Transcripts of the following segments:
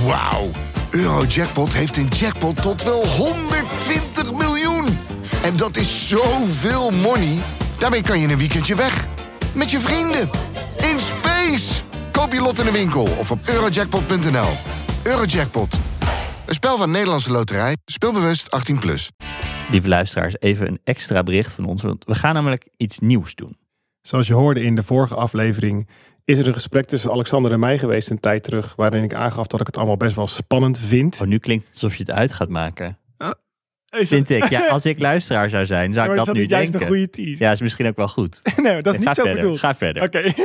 Wauw. Eurojackpot heeft een jackpot tot wel 120 miljoen. En dat is zoveel money. Daarmee kan je een weekendje weg. Met je vrienden. In space. Koop je lot in de winkel of op eurojackpot.nl. Eurojackpot. Een spel van Nederlandse Loterij. Speelbewust 18+. Lieve luisteraars, even een extra bericht van ons. Want we gaan namelijk iets nieuws doen. Zoals je hoorde in de vorige aflevering is er een gesprek tussen Alexander en mij geweest een tijd terug, waarin ik aangaf dat ik het allemaal best wel spannend vind. Oh, nu klinkt het alsof je het uit gaat maken. Vind ik. Ja, als ik luisteraar zou zijn, zou ik dat nu denken. Juist een goede tease. Ja, is misschien ook wel goed. Nee, dat is niet zo bedoeld. Ga verder. Oké.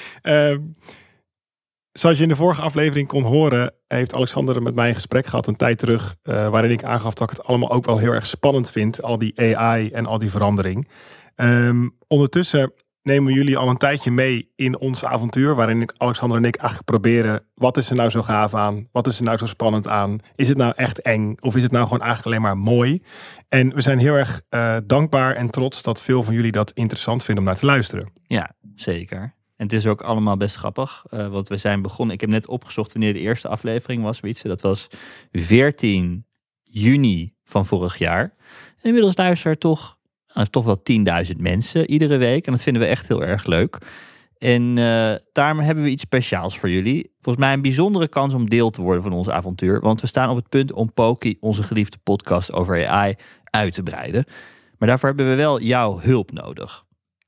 Zoals je in de vorige aflevering kon horen, heeft Alexander met mij een gesprek gehad een tijd terug, waarin ik aangaf dat ik het allemaal ook wel heel erg spannend vind, al die AI en al die verandering. Ondertussen nemen we jullie al een tijdje mee in ons avontuur, waarin Alexander en ik eigenlijk proberen, wat is er nou zo gaaf aan? Wat is er nou zo spannend aan? Is het nou echt eng? Of is het nou gewoon eigenlijk alleen maar mooi? En we zijn heel erg dankbaar en trots dat veel van jullie dat interessant vinden om naar te luisteren. Ja, zeker. En het is ook allemaal best grappig, want we zijn begonnen. Ik heb net opgezocht wanneer de eerste aflevering was, Wietse. Dat was 14 juni van vorig jaar. En inmiddels luisteren toch wel 10.000 mensen iedere week. En dat vinden we echt heel erg leuk. En daarom hebben we iets speciaals voor jullie. Volgens mij een bijzondere kans om deel te worden van ons avontuur. Want we staan op het punt om Poki, onze geliefde podcast over AI, uit te breiden. Maar daarvoor hebben we wel jouw hulp nodig.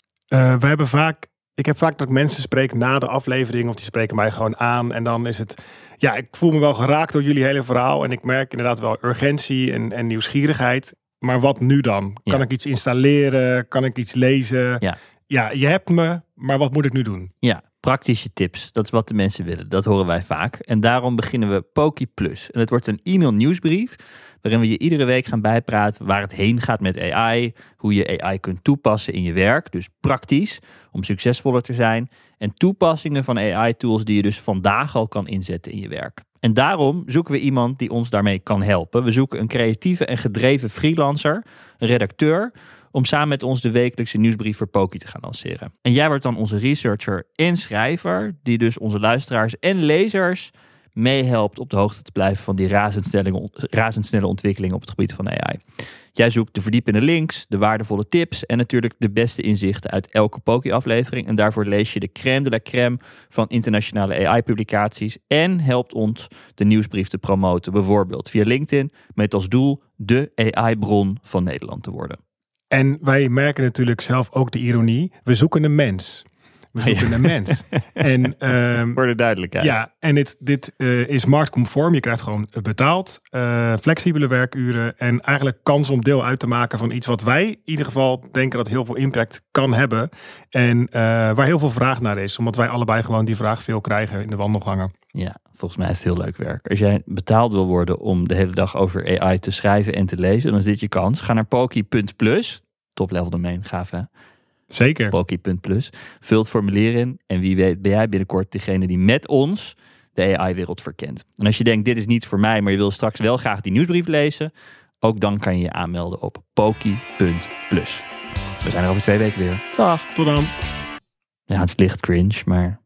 Ik heb vaak dat mensen spreken na de aflevering, of die spreken mij gewoon aan. En dan is het, ja, ik voel me wel geraakt door jullie hele verhaal. En ik merk inderdaad wel urgentie en nieuwsgierigheid. Maar wat nu dan? Kan ik iets installeren? Kan ik iets lezen? Ja, je hebt me, maar wat moet ik nu doen? Ja, praktische tips. Dat is wat de mensen willen. Dat horen wij vaak. En daarom beginnen we Poki Plus. En het wordt een e-mail nieuwsbrief waarin we je iedere week gaan bijpraten waar het heen gaat met AI. Hoe je AI kunt toepassen in je werk. Dus praktisch, om succesvoller te zijn. En toepassingen van AI-tools die je dus vandaag al kan inzetten in je werk. En daarom zoeken we iemand die ons daarmee kan helpen. We zoeken een creatieve en gedreven freelancer, een redacteur, om samen met ons de wekelijkse nieuwsbrief voor Poki te gaan lanceren. En jij wordt dan onze researcher en schrijver, die dus onze luisteraars en lezers meehelpt op de hoogte te blijven van die razendsnelle ontwikkelingen op het gebied van AI. Jij zoekt de verdiepende links, de waardevolle tips en natuurlijk de beste inzichten uit elke Poki-aflevering. En daarvoor lees je de crème de la crème van internationale AI-publicaties en helpt ons de nieuwsbrief te promoten, bijvoorbeeld via LinkedIn, met als doel de AI-bron van Nederland te worden. En wij merken natuurlijk zelf ook de ironie. We zoeken een mens. We zoeken een mens. En, voor de duidelijkheid. Ja, en dit is marktconform. Je krijgt gewoon betaald, flexibele werkuren en eigenlijk kans om deel uit te maken van iets wat wij in ieder geval denken dat heel veel impact kan hebben. En waar heel veel vraag naar is, omdat wij allebei gewoon die vraag veel krijgen in de wandelgangen. Ja, volgens mij is het heel leuk werk. Als jij betaald wil worden om de hele dag over AI te schrijven en te lezen, dan is dit je kans. Ga naar Poki.plus. Top level domein, gaaf hè? Zeker. Poki.plus. Vul het formulier in en wie weet ben jij binnenkort degene die met ons de AI-wereld verkent. En als je denkt, dit is niet voor mij, maar je wil straks wel graag die nieuwsbrief lezen, ook dan kan je je aanmelden op Poki.plus. We zijn er over 2 weken weer. Dag. Tot dan. Ja, het is licht cringe, maar